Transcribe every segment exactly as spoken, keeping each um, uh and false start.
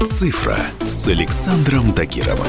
Цифра с Александром Тагировым.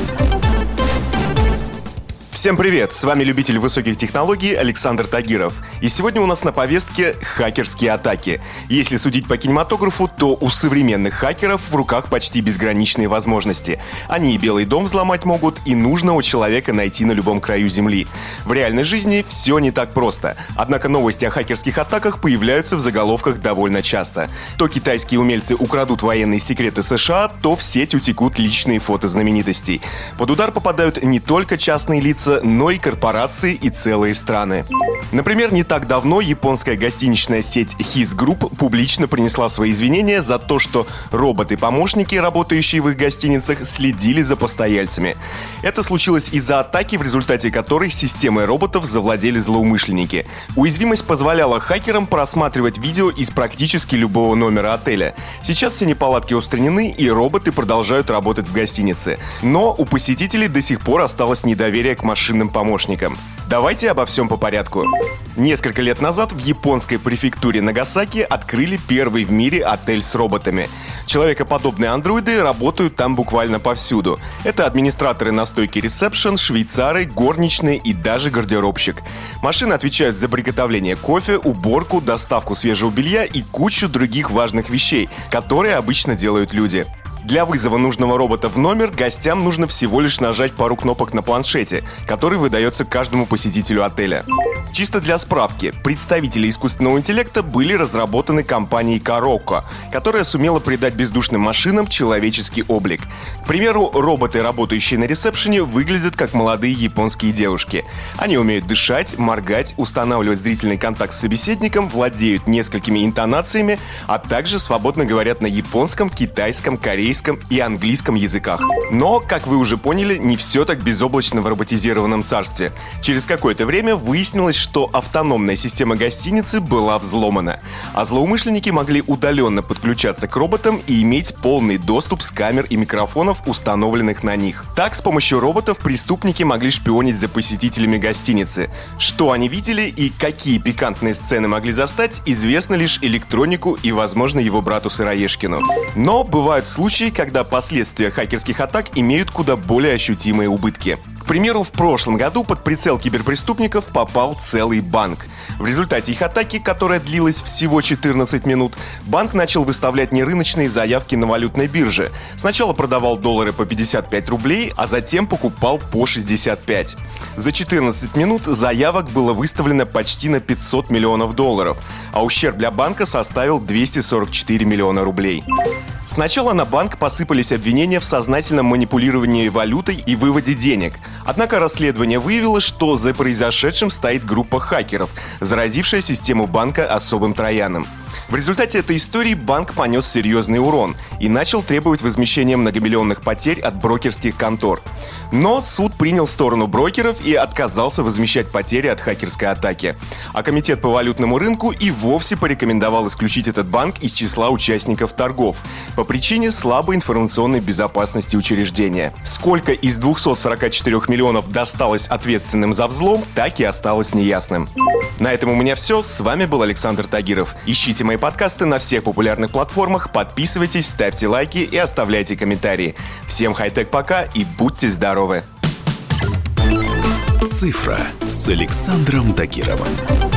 Всем привет! С вами любитель высоких технологий Александр Тагиров. И сегодня у нас на повестке хакерские атаки. Если судить по кинематографу, то у современных хакеров в руках почти безграничные возможности. Они и Белый дом взломать могут, и нужного человека найти на любом краю земли. В реальной жизни все не так просто. Однако новости о хакерских атаках появляются в заголовках довольно часто. То китайские умельцы украдут военные секреты США, то в сеть утекут личные фото знаменитостей. Под удар попадают не только частные лица, но и корпорации и целые страны. Например, не так давно японская гостиничная сеть His Group публично принесла свои извинения за то, что роботы-помощники, работающие в их гостиницах, следили за постояльцами. Это случилось из-за атаки, в результате которой системой роботов завладели злоумышленники. Уязвимость позволяла хакерам просматривать видео из практически любого номера отеля. Сейчас все неполадки устранены, и роботы продолжают работать в гостинице. Но у посетителей до сих пор осталось недоверие к машинным помощникам. Давайте обо всем по порядку. Несколько лет назад в японской префектуре Нагасаки открыли первый в мире отель с роботами. Человекоподобные андроиды работают там буквально повсюду. Это администраторы на стойке ресепшн, швейцары, горничные и даже гардеробщик. Машины отвечают за приготовление кофе, уборку, доставку свежего белья и кучу других важных вещей, которые обычно делают люди. Для вызова нужного робота в номер гостям нужно всего лишь нажать пару кнопок на планшете, который выдается каждому посетителю отеля. Чисто для справки, представители искусственного интеллекта были разработаны компанией Karoko, которая сумела придать бездушным машинам человеческий облик. К примеру, роботы, работающие на ресепшене, выглядят как молодые японские девушки. Они умеют дышать, моргать, устанавливать зрительный контакт с собеседником, владеют несколькими интонациями, а также свободно говорят на японском, китайском, корейском и английском языках. Но, как вы уже поняли, не все так безоблачно в роботизированном царстве. Через какое-то время выяснилось, что автономная система гостиницы была взломана, а злоумышленники могли удаленно подключаться к роботам и иметь полный доступ с камер и микрофонов, установленных на них. Так, с помощью роботов преступники могли шпионить за посетителями гостиницы. Что они видели и какие пикантные сцены могли застать, известно лишь электронику и, возможно, его брату Сыроежкину. Но бывают случаи, когда последствия хакерских атак имеют куда более ощутимые убытки. К примеру, в прошлом году под прицел киберпреступников попал целый банк. В результате их атаки, которая длилась всего четырнадцать минут, банк начал выставлять нерыночные заявки на валютной бирже. Сначала продавал доллары по пятьдесят пять рублей, а затем покупал по шестьдесят пять. За четырнадцать минут заявок было выставлено почти на пятьсот миллионов долларов, а ущерб для банка составил двести сорок четыре миллиона рублей. Сначала на банк посыпались обвинения в сознательном манипулировании валютой и выводе денег. Однако расследование выявило, что за произошедшим стоит группа хакеров, заразившая систему банка особым трояном. В результате этой истории банк понес серьезный урон и начал требовать возмещения многомиллионных потерь от брокерских контор. Но суд принял сторону брокеров и отказался возмещать потери от хакерской атаки. А комитет по валютному рынку и вовсе порекомендовал исключить этот банк из числа участников торгов по причине слабой информационной безопасности учреждения. Сколько из двухсот сорока четырёх миллионов досталось ответственным за взлом, так и осталось неясным. На этом у меня все. С вами был Александр Тагиров. Ищите мои подкасты на всех популярных платформах, подписывайтесь, ставьте лайки и оставляйте комментарии. Всем хай-тек пока и будьте здоровы! Цифра с Александром Тагировым.